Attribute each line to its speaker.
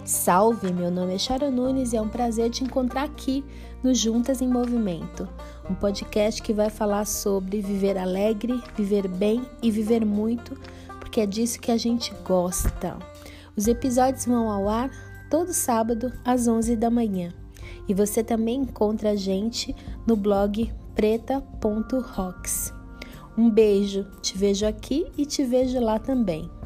Speaker 1: Salve, meu nome é Sharon Nunes e é um prazer te encontrar aqui no Juntas em Movimento, um podcast que vai falar sobre viver alegre, viver bem e viver muito, porque é disso que a gente gosta. Os episódios vão ao ar todo sábado às 11 da manhã e você também encontra a gente no blog preta.rocks. Um beijo, te vejo aqui e te vejo lá também.